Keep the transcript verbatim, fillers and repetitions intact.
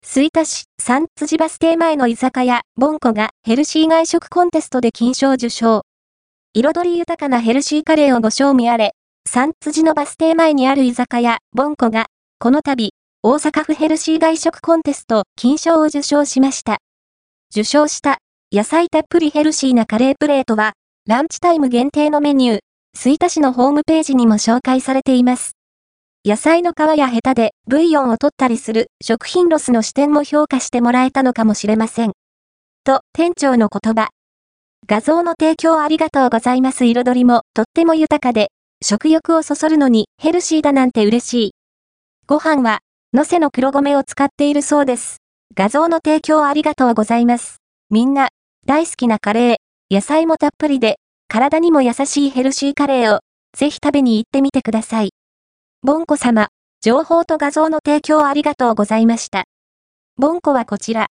吹田市三辻バス停前の居酒屋、ボンコがヘルシー外食コンテストで金賞受賞。彩り豊かなヘルシーカレーをご賞味あれ。三辻のバス停前にある居酒屋、ボンコが、この度、大阪府ヘルシー外食コンテスト金賞を受賞しました。受賞した、野菜たっぷりヘルシーなカレープレートは、ランチタイム限定のメニュー、吹田市のホームページにも紹介されています。野菜の皮やヘタでブイヨンを取ったりする食品ロスの視点も評価してもらえたのかもしれません。と、店長の言葉。画像の提供ありがとうございます。彩りもとっても豊かで、食欲をそそるのにヘルシーだなんて嬉しい。ご飯は、能勢の黒米を使っているそうです。画像の提供ありがとうございます。みんな、大好きなカレー、野菜もたっぷりで、体にも優しいヘルシーカレーを、ぜひ食べに行ってみてください。ボンコ様、情報と画像の提供ありがとうございました。ボンコはこちら。